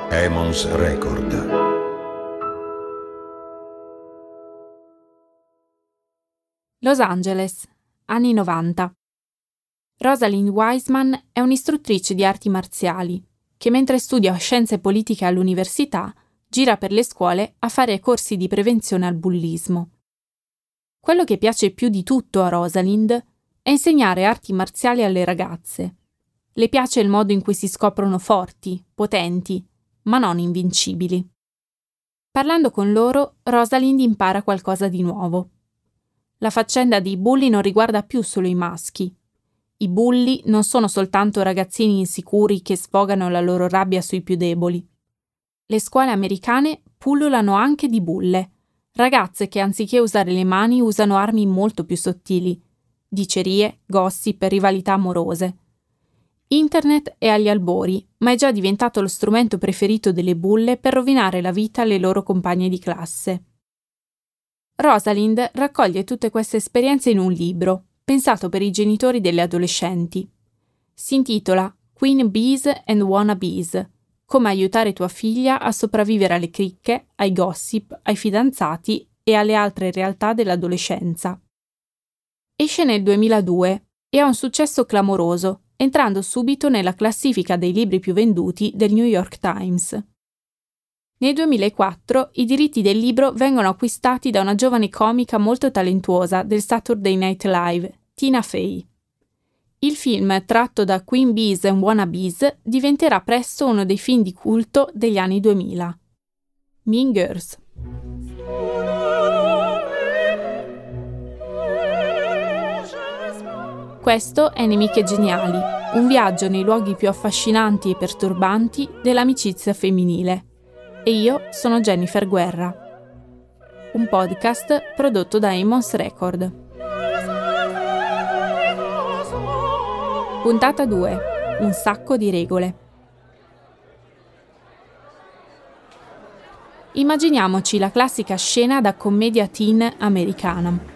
Emmons Record. Los Angeles, anni 90. Rosalind Wiseman è un'istruttrice di arti marziali che, mentre studia scienze politiche all'università, gira per le scuole a fare corsi di prevenzione al bullismo. Quello che piace più di tutto a Rosalind è insegnare arti marziali alle ragazze. Le piace il modo in cui si scoprono forti, potenti, ma non invincibili. Parlando con loro, Rosalind impara qualcosa di nuovo. La faccenda dei bulli non riguarda più solo i maschi. I bulli non sono soltanto ragazzini insicuri che sfogano la loro rabbia sui più deboli. Le scuole americane pullulano anche di bulle, ragazze che anziché usare le mani usano armi molto più sottili, dicerie, gossip, rivalità amorose. Internet è agli albori, ma è già diventato lo strumento preferito delle bulle per rovinare la vita alle loro compagne di classe. Rosalind raccoglie tutte queste esperienze in un libro, pensato per i genitori delle adolescenti. Si intitola Queen Bees and Wannabes: come aiutare tua figlia a sopravvivere alle cricche, ai gossip, ai fidanzati e alle altre realtà dell'adolescenza. Esce nel 2002 e ha un successo clamoroso, entrando subito nella classifica dei libri più venduti del New York Times. Nel 2004 i diritti del libro vengono acquistati da una giovane comica molto talentuosa del Saturday Night Live, Tina Fey. Il film, tratto da Queen Bees and Wannabes, diventerà presto uno dei film di culto degli anni 2000. Mean Girls. Questo è Nemiche Geniali, un viaggio nei luoghi più affascinanti e perturbanti dell'amicizia femminile. E io sono Jennifer Guerra. Un podcast prodotto da Emmons Record. Puntata 2. Un sacco di regole. Immaginiamoci la classica scena da commedia teen americana.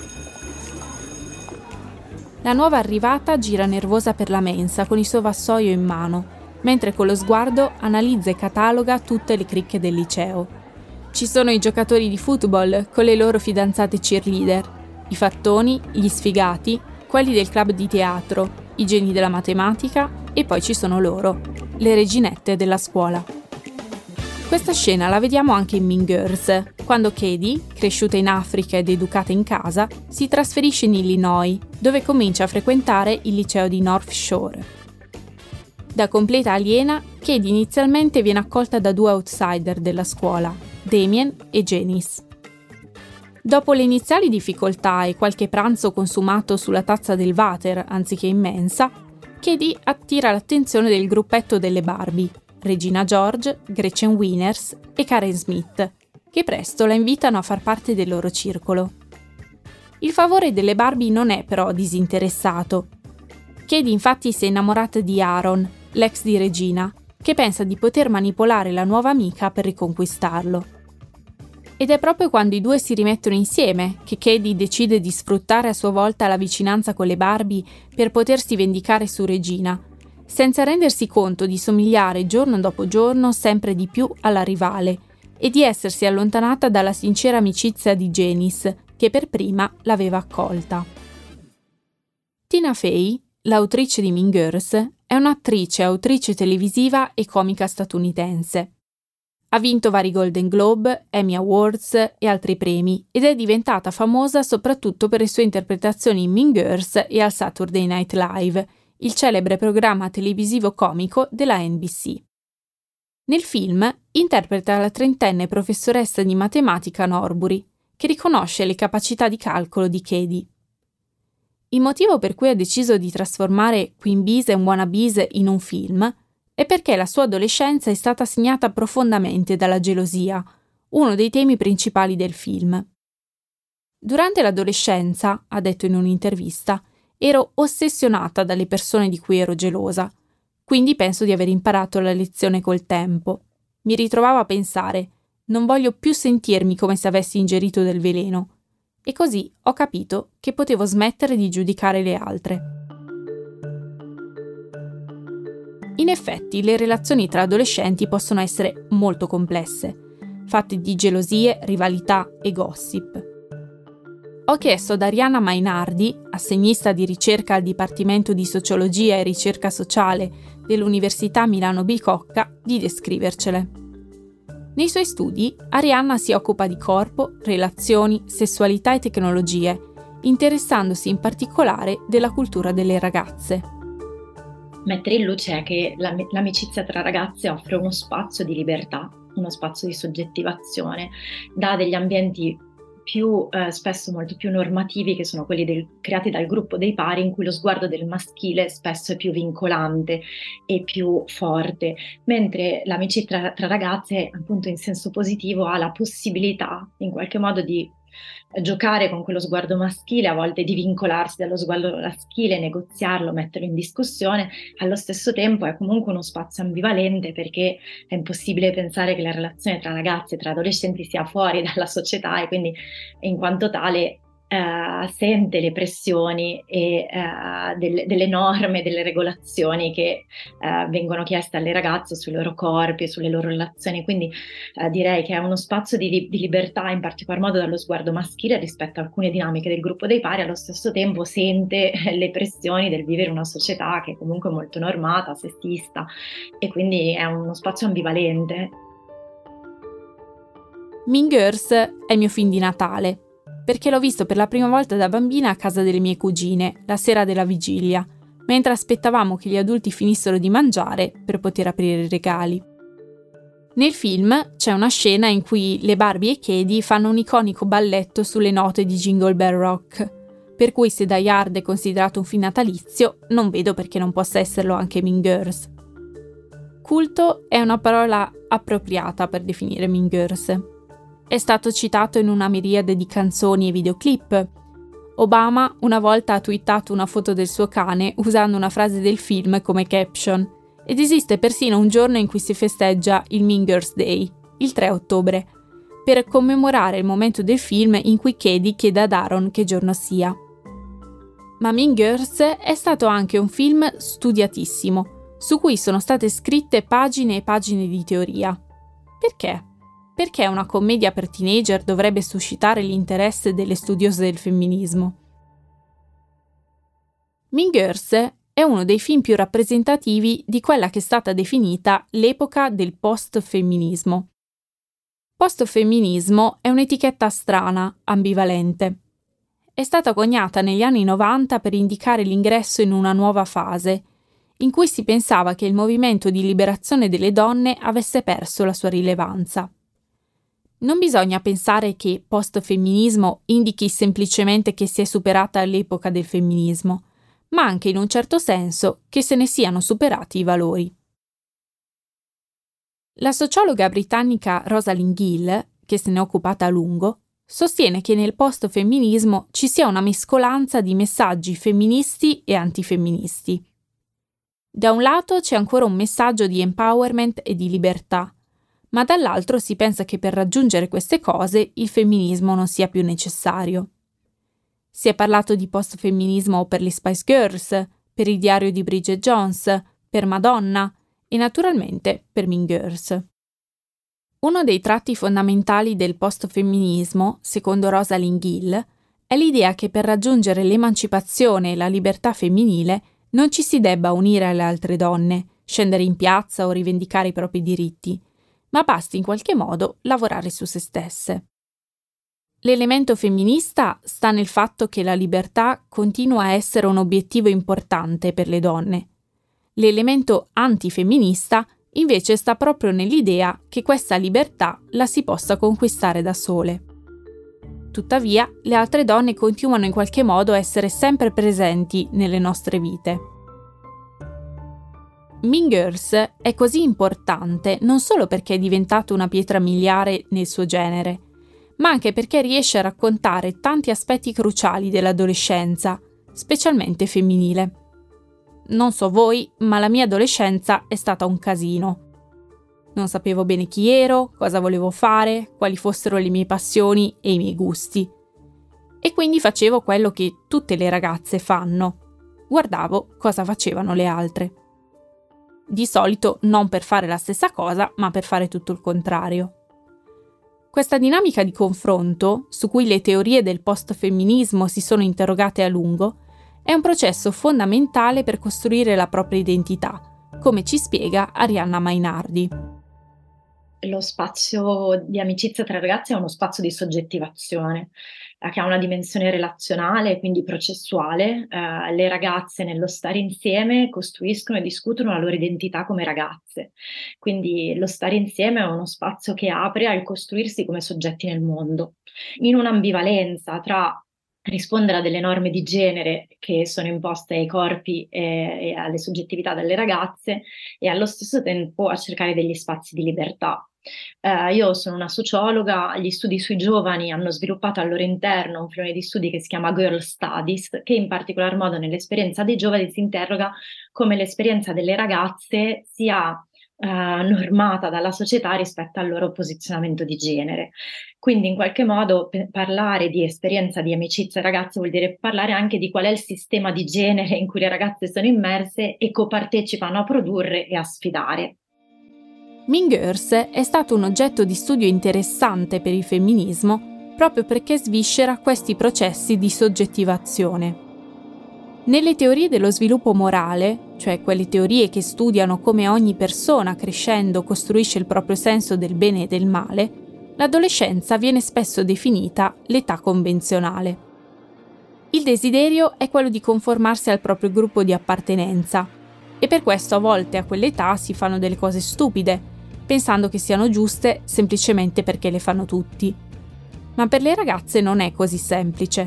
La nuova arrivata gira nervosa per la mensa con il suo vassoio in mano, mentre con lo sguardo analizza e cataloga tutte le cricche del liceo. Ci sono i giocatori di football con le loro fidanzate cheerleader, i fattoni, gli sfigati, quelli del club di teatro, i geni della matematica e poi ci sono loro, le reginette della scuola. Questa scena la vediamo anche in Mean Girls, quando Cady, cresciuta in Africa ed educata in casa, si trasferisce in Illinois, dove comincia a frequentare il liceo di North Shore. Da completa aliena, Cady inizialmente viene accolta da due outsider della scuola, Damien e Janice. Dopo le iniziali difficoltà e qualche pranzo consumato sulla tazza del water anziché in mensa, Cady attira l'attenzione del gruppetto delle Barbie, Regina George, Gretchen Wieners e Karen Smith, che presto la invitano a far parte del loro circolo. Il favore delle Barbie non è però disinteressato. Cady infatti si è innamorata di Aaron, l'ex di Regina, che pensa di poter manipolare la nuova amica per riconquistarlo. Ed è proprio quando i due si rimettono insieme che Cady decide di sfruttare a sua volta la vicinanza con le Barbie per potersi vendicare su Regina, senza rendersi conto di somigliare giorno dopo giorno sempre di più alla rivale e di essersi allontanata dalla sincera amicizia di Janice, che per prima l'aveva accolta. Tina Fey, l'autrice di Mean Girls, è un'attrice, autrice televisiva e comica statunitense. Ha vinto vari Golden Globe, Emmy Awards e altri premi ed è diventata famosa soprattutto per le sue interpretazioni in Mean Girls e al Saturday Night Live, il celebre programma televisivo comico della NBC. Nel film interpreta la trentenne professoressa di matematica Norbury, che riconosce le capacità di calcolo di Cady. Il motivo per cui ha deciso di trasformare Queen Bees and Wannabes in un film è perché la sua adolescenza è stata segnata profondamente dalla gelosia, uno dei temi principali del film. Durante l'adolescenza, ha detto in un'intervista, ero ossessionata dalle persone di cui ero gelosa, quindi penso di aver imparato la lezione col tempo. Mi ritrovavo a pensare, non voglio più sentirmi come se avessi ingerito del veleno, e così ho capito che potevo smettere di giudicare le altre. In effetti, le relazioni tra adolescenti possono essere molto complesse, fatte di gelosie, rivalità e gossip. Ho chiesto ad Arianna Mainardi, assegnista di ricerca al Dipartimento di Sociologia e Ricerca Sociale dell'Università Milano Bicocca, di descrivercele. Nei suoi studi, Arianna si occupa di corpo, relazioni, sessualità e tecnologie, interessandosi in particolare della cultura delle ragazze. Mettere in luce è che l'amicizia tra ragazze offre uno spazio di libertà, uno spazio di soggettivazione, dà degli ambienti più spesso molto più normativi, che sono quelli creati dal gruppo dei pari, in cui lo sguardo del maschile spesso è più vincolante e più forte, mentre l'amicizia tra ragazze, appunto in senso positivo, ha la possibilità in qualche modo di giocare con quello sguardo maschile, a volte di vincolarsi dallo sguardo maschile, negoziarlo, metterlo in discussione. Allo stesso tempo è comunque uno spazio ambivalente, perché è impossibile pensare che la relazione tra ragazzi e tra adolescenti sia fuori dalla società, e quindi in quanto tale sente le pressioni e delle norme, delle regolazioni che vengono chieste alle ragazze sui loro corpi e sulle loro relazioni. Quindi direi che è uno spazio di libertà, in particolar modo dallo sguardo maschile, rispetto a alcune dinamiche del gruppo dei pari. Allo stesso tempo sente le pressioni del vivere una società che è comunque molto normata, sessista, e quindi è uno spazio ambivalente. Mean Girls è il mio film di Natale, perché l'ho visto per la prima volta da bambina a casa delle mie cugine, la sera della vigilia, mentre aspettavamo che gli adulti finissero di mangiare per poter aprire i regali. Nel film c'è una scena in cui le Barbie e Katie fanno un iconico balletto sulle note di Jingle Bell Rock, per cui se Die Hard è considerato un film natalizio, non vedo perché non possa esserlo anche Mean Girls. Culto è una parola appropriata per definire Mean Girls. È stato citato in una miriade di canzoni e videoclip. Obama una volta ha twittato una foto del suo cane usando una frase del film come caption, ed esiste persino un giorno in cui si festeggia il Mean Girls Day, il 3 ottobre, per commemorare il momento del film in cui Katie chiede ad Aaron che giorno sia. Ma Mean Girls è stato anche un film studiatissimo, su cui sono state scritte pagine e pagine di teoria. Perché? Perché una commedia per teenager dovrebbe suscitare l'interesse delle studiose del femminismo? Mean Girls è uno dei film più rappresentativi di quella che è stata definita l'epoca del post-femminismo. Post-femminismo è un'etichetta strana, ambivalente. È stata coniata negli anni 90 per indicare l'ingresso in una nuova fase, in cui si pensava che il movimento di liberazione delle donne avesse perso la sua rilevanza. Non bisogna pensare che post-femminismo indichi semplicemente che si è superata l'epoca del femminismo, ma anche in un certo senso che se ne siano superati i valori. La sociologa britannica Rosalind Gill, che se ne è occupata a lungo, sostiene che nel post-femminismo ci sia una mescolanza di messaggi femministi e antifemministi. Da un lato c'è ancora un messaggio di empowerment e di libertà, ma dall'altro si pensa che per raggiungere queste cose il femminismo non sia più necessario. Si è parlato di post-femminismo per le Spice Girls, per il diario di Bridget Jones, per Madonna e naturalmente per Mean Girls. Uno dei tratti fondamentali del post-femminismo, secondo Rosalind Gill, è l'idea che per raggiungere l'emancipazione e la libertà femminile non ci si debba unire alle altre donne, scendere in piazza o rivendicare i propri diritti, ma basti in qualche modo lavorare su se stesse. L'elemento femminista sta nel fatto che la libertà continua a essere un obiettivo importante per le donne. L'elemento antifemminista invece sta proprio nell'idea che questa libertà la si possa conquistare da sole. Tuttavia, le altre donne continuano in qualche modo a essere sempre presenti nelle nostre vite. Mean Girls è così importante non solo perché è diventato una pietra miliare nel suo genere, ma anche perché riesce a raccontare tanti aspetti cruciali dell'adolescenza, specialmente femminile. Non so voi, ma la mia adolescenza è stata un casino. Non sapevo bene chi ero, cosa volevo fare, quali fossero le mie passioni e i miei gusti. E quindi facevo quello che tutte le ragazze fanno. Guardavo cosa facevano le altre. di solito non per fare la stessa cosa, ma per fare tutto il contrario. Questa dinamica di confronto, su cui le teorie del post-femminismo si sono interrogate a lungo, è un processo fondamentale per costruire la propria identità, come ci spiega Arianna Mainardi. Lo spazio di amicizia tra ragazzi è uno spazio di soggettivazione, che ha una dimensione relazionale, quindi processuale. Le ragazze nello stare insieme costruiscono e discutono la loro identità come ragazze. Quindi lo stare insieme è uno spazio che apre al costruirsi come soggetti nel mondo, in un'ambivalenza tra rispondere a delle norme di genere che sono imposte ai corpi e alle soggettività delle ragazze e allo stesso tempo a cercare degli spazi di libertà. Io sono una sociologa, gli studi sui giovani hanno sviluppato al loro interno un filone di studi che si chiama Girl Studies, che in particolar modo nell'esperienza dei giovani si interroga come l'esperienza delle ragazze sia normata dalla società rispetto al loro posizionamento di genere. Quindi in qualche modo parlare di esperienza di amicizia ragazze vuol dire parlare anche di qual è il sistema di genere in cui le ragazze sono immerse e copartecipano a produrre e a sfidare. Mean Girls è stato un oggetto di studio interessante per il femminismo proprio perché sviscera questi processi di soggettivazione. Nelle teorie dello sviluppo morale, cioè quelle teorie che studiano come ogni persona crescendo costruisce il proprio senso del bene e del male, l'adolescenza viene spesso definita l'età convenzionale. Il desiderio è quello di conformarsi al proprio gruppo di appartenenza e per questo a volte a quell'età si fanno delle cose stupide, pensando che siano giuste semplicemente perché le fanno tutti. Ma per le ragazze non è così semplice.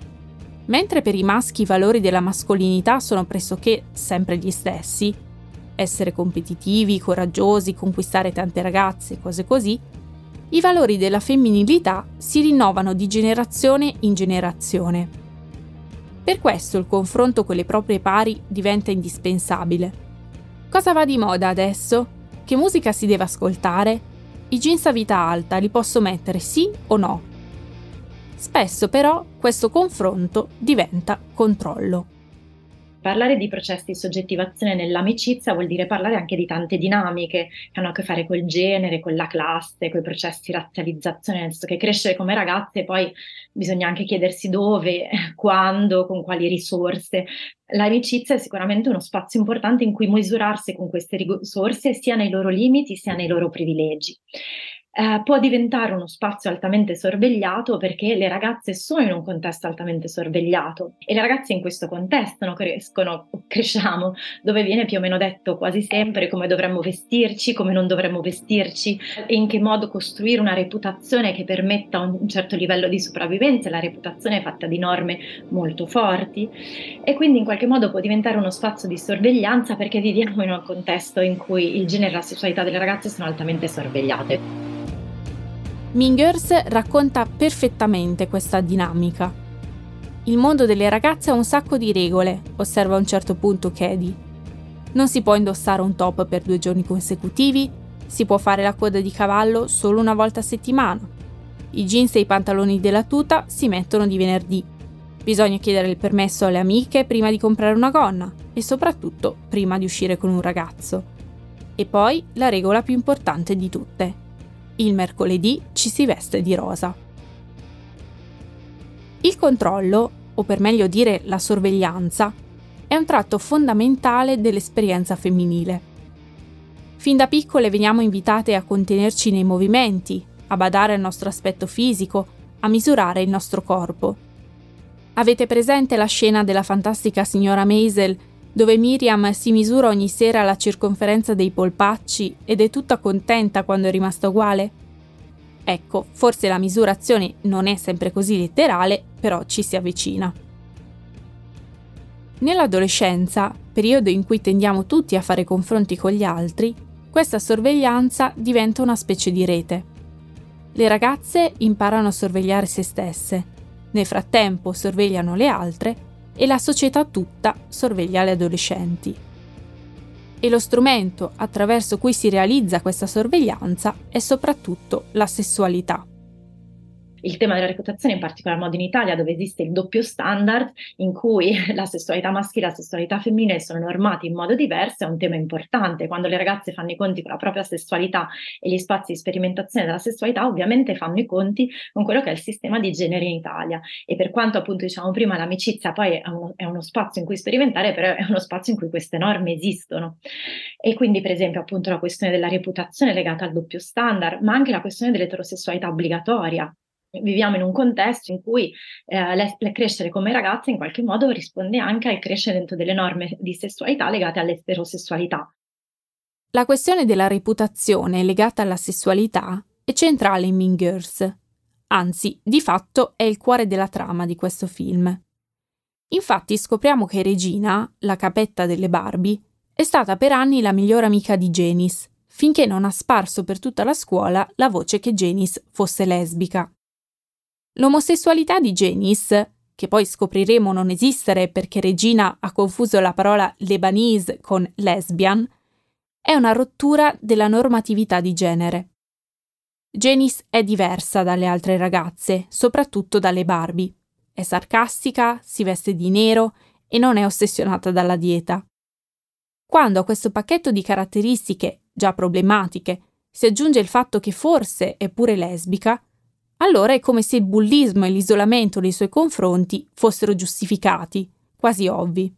Mentre per i maschi i valori della mascolinità sono pressoché sempre gli stessi, essere competitivi, coraggiosi, conquistare tante ragazze, cose così, i valori della femminilità si rinnovano di generazione in generazione. Per questo il confronto con le proprie pari diventa indispensabile. Cosa va di moda adesso? Che musica si deve ascoltare? I jeans a vita alta li posso mettere sì o no? Spesso però questo confronto diventa controllo. Parlare di processi di soggettivazione nell'amicizia vuol dire parlare anche di tante dinamiche che hanno a che fare col genere, con la classe, con i processi di razzializzazione, nel senso che crescere come ragazze poi bisogna anche chiedersi dove, quando, con quali risorse. L'amicizia è sicuramente uno spazio importante in cui misurarsi con queste risorse sia nei loro limiti sia nei loro privilegi. Può diventare uno spazio altamente sorvegliato perché le ragazze sono in un contesto altamente sorvegliato e le ragazze in questo contesto cresciamo, dove viene più o meno detto quasi sempre come dovremmo vestirci, come non dovremmo vestirci e in che modo costruire una reputazione che permetta un certo livello di sopravvivenza. La reputazione è fatta di norme molto forti e quindi in qualche modo può diventare uno spazio di sorveglianza perché viviamo in un contesto in cui il genere e la sessualità delle ragazze sono altamente sorvegliate. Mean Girls racconta perfettamente questa dinamica. Il mondo delle ragazze ha un sacco di regole, osserva a un certo punto Cady. Non si può indossare un top per 2 giorni consecutivi, si può fare la coda di cavallo solo una volta a settimana. I jeans e i pantaloni della tuta si mettono di venerdì. Bisogna chiedere il permesso alle amiche prima di comprare una gonna e soprattutto prima di uscire con un ragazzo. E poi la regola più importante di tutte. Il mercoledì ci si veste di rosa. Il controllo, o per meglio dire la sorveglianza, è un tratto fondamentale dell'esperienza femminile. Fin da piccole veniamo invitate a contenerci nei movimenti, a badare al nostro aspetto fisico, a misurare il nostro corpo. Avete presente la scena della fantastica signora Maisel dove Miriam si misura ogni sera la circonferenza dei polpacci ed è tutta contenta quando è rimasta uguale? Ecco, forse la misurazione non è sempre così letterale, però ci si avvicina. Nell'adolescenza, periodo in cui tendiamo tutti a fare confronti con gli altri, questa sorveglianza diventa una specie di rete. Le ragazze imparano a sorvegliare se stesse, nel frattempo sorvegliano le altre e la società tutta sorveglia le adolescenti. E lo strumento attraverso cui si realizza questa sorveglianza è soprattutto la sessualità. Il tema della reputazione, in particolar modo in Italia, dove esiste il doppio standard, in cui la sessualità maschile e la sessualità femminile sono normati in modo diverso, è un tema importante. Quando le ragazze fanno i conti con la propria sessualità e gli spazi di sperimentazione della sessualità, ovviamente fanno i conti con quello che è il sistema di genere in Italia. E per quanto appunto diciamo prima l'amicizia poi è uno spazio in cui sperimentare, però è uno spazio in cui queste norme esistono. E quindi per esempio appunto la questione della reputazione legata al doppio standard, ma anche la questione dell'eterosessualità obbligatoria. Viviamo in un contesto in cui crescere come ragazze in qualche modo risponde anche al crescere dentro delle norme di sessualità legate all'eterosessualità. La questione della reputazione legata alla sessualità è centrale in Mean Girls, anzi, di fatto è il cuore della trama di questo film. Infatti scopriamo che Regina, la capetta delle Barbie, è stata per anni la migliore amica di Janice, finché non ha sparso per tutta la scuola la voce che Janice fosse lesbica. L'omosessualità di Janice, che poi scopriremo non esistere perché Regina ha confuso la parola Lebanese con lesbian, è una rottura della normatività di genere. Janice è diversa dalle altre ragazze, soprattutto dalle Barbie. È sarcastica, si veste di nero e non è ossessionata dalla dieta. Quando a questo pacchetto di caratteristiche, già problematiche, si aggiunge il fatto che forse è pure lesbica, allora è come se il bullismo e l'isolamento nei suoi confronti fossero giustificati, quasi ovvi.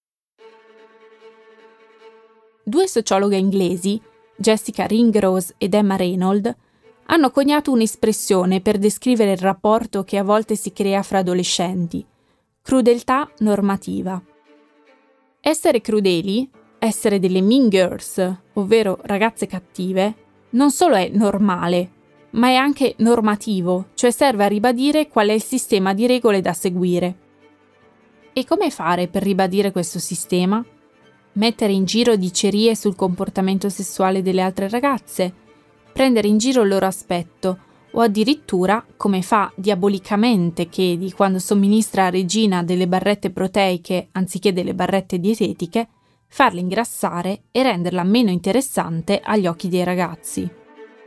Due sociologhe inglesi, Jessica Ringrose ed Emma Reynolds, hanno coniato un'espressione per descrivere il rapporto che a volte si crea fra adolescenti: crudeltà normativa. Essere crudeli, essere delle mean girls, ovvero ragazze cattive, non solo è normale, ma è anche normativo, cioè serve a ribadire qual è il sistema di regole da seguire. E come fare per ribadire questo sistema? Mettere in giro dicerie sul comportamento sessuale delle altre ragazze? Prendere in giro il loro aspetto? O addirittura, come fa diabolicamente Katie quando somministra a Regina delle barrette proteiche anziché delle barrette dietetiche, farla ingrassare e renderla meno interessante agli occhi dei ragazzi.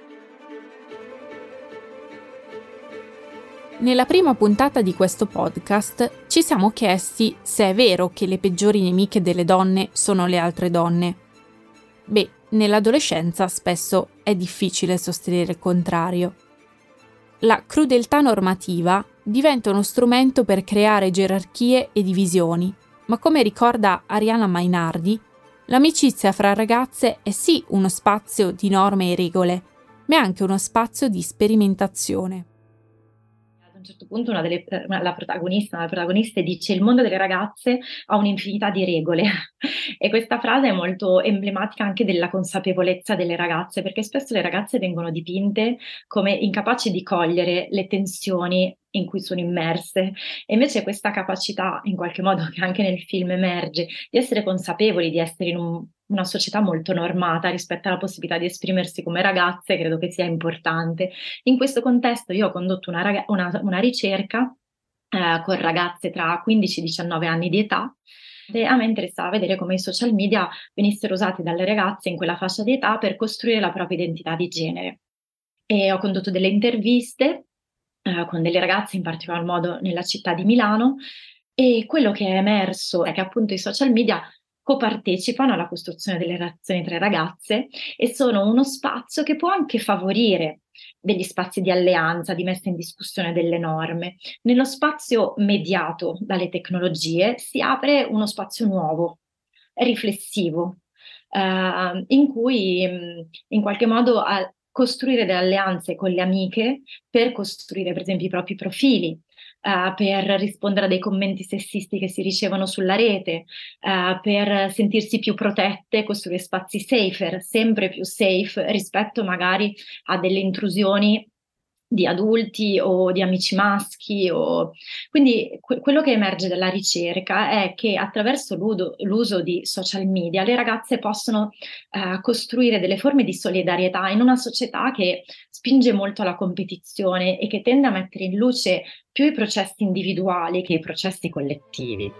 Nella prima puntata di questo podcast ci siamo chiesti se è vero che le peggiori nemiche delle donne sono le altre donne. Beh, nell'adolescenza spesso è difficile sostenere il contrario. La crudeltà normativa diventa uno strumento per creare gerarchie e divisioni, ma come ricorda Ariana Mainardi, l'amicizia fra ragazze è sì uno spazio di norme e regole, ma è anche uno spazio di sperimentazione. A un certo punto la protagonista dice: il mondo delle ragazze ha un'infinità di regole e questa frase è molto emblematica anche della consapevolezza delle ragazze, perché spesso le ragazze vengono dipinte come incapaci di cogliere le tensioni in cui sono immerse, e invece questa capacità, in qualche modo, che anche nel film emerge, di essere consapevoli di essere in una società molto normata rispetto alla possibilità di esprimersi come ragazze, credo che sia importante. In questo contesto io ho condotto una ricerca con ragazze tra 15 e 19 anni di età, e a me interessava vedere come i social media venissero usati dalle ragazze in quella fascia di età per costruire la propria identità di genere. E ho condotto delle interviste con delle ragazze, in particolar modo nella città di Milano, e quello che è emerso è che appunto i social media copartecipano alla costruzione delle relazioni tra ragazze e sono uno spazio che può anche favorire degli spazi di alleanza, di messa in discussione delle norme. Nello spazio mediato dalle tecnologie si apre uno spazio nuovo, riflessivo, in cui in qualche modo costruire delle alleanze con le amiche per costruire per esempio i propri profili, per rispondere a dei commenti sessisti che si ricevono sulla rete, per sentirsi più protette, costruire spazi safer, sempre più safe rispetto magari a delle intrusioni di adulti o di amici maschi. Quindi quello che emerge dalla ricerca è che attraverso l'uso di social media le ragazze possono costruire delle forme di solidarietà in una società che spinge molto alla competizione e che tende a mettere in luce più i processi individuali che i processi collettivi.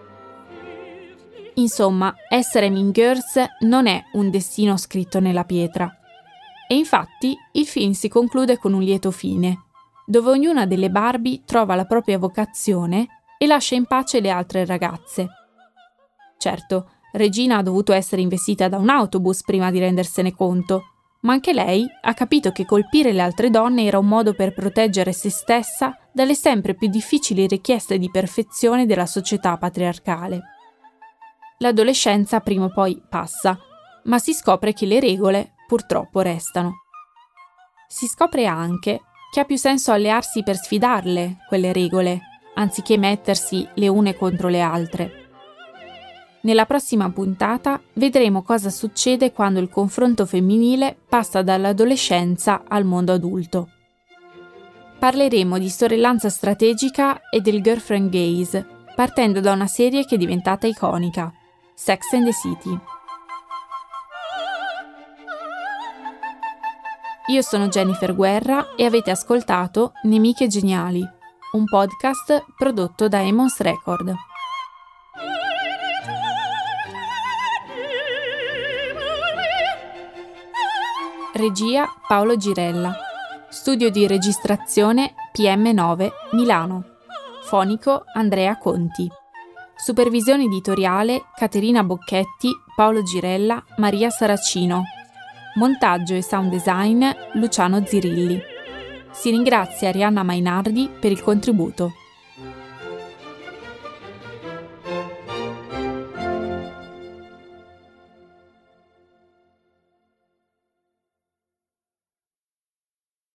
Insomma, essere Mean Girls non è un destino scritto nella pietra. E infatti il film si conclude con un lieto fine. dove ognuna delle Barbie trova la propria vocazione e lascia in pace le altre ragazze. Certo, Regina ha dovuto essere investita da un autobus prima di rendersene conto, ma anche lei ha capito che colpire le altre donne era un modo per proteggere se stessa dalle sempre più difficili richieste di perfezione della società patriarcale. L'adolescenza prima o poi passa, ma si scopre che le regole purtroppo restano. Si scopre anche che ha più senso allearsi per sfidarle, quelle regole, anziché mettersi le une contro le altre. Nella prossima puntata vedremo cosa succede quando il confronto femminile passa dall'adolescenza al mondo adulto. Parleremo di sorellanza strategica e del girlfriend gaze, partendo da una serie che è diventata iconica, Sex and the City. Io sono Jennifer Guerra e avete ascoltato Nemiche Geniali, un podcast prodotto da Emmons Record. Regia Paolo Girella. Studio di registrazione PM9 Milano. Fonico Andrea Conti. Supervisione editoriale Caterina Bocchetti, Paolo Girella, Maria Saracino. Montaggio e sound design Luciano Zirilli. Si ringrazia Arianna Mainardi per il contributo.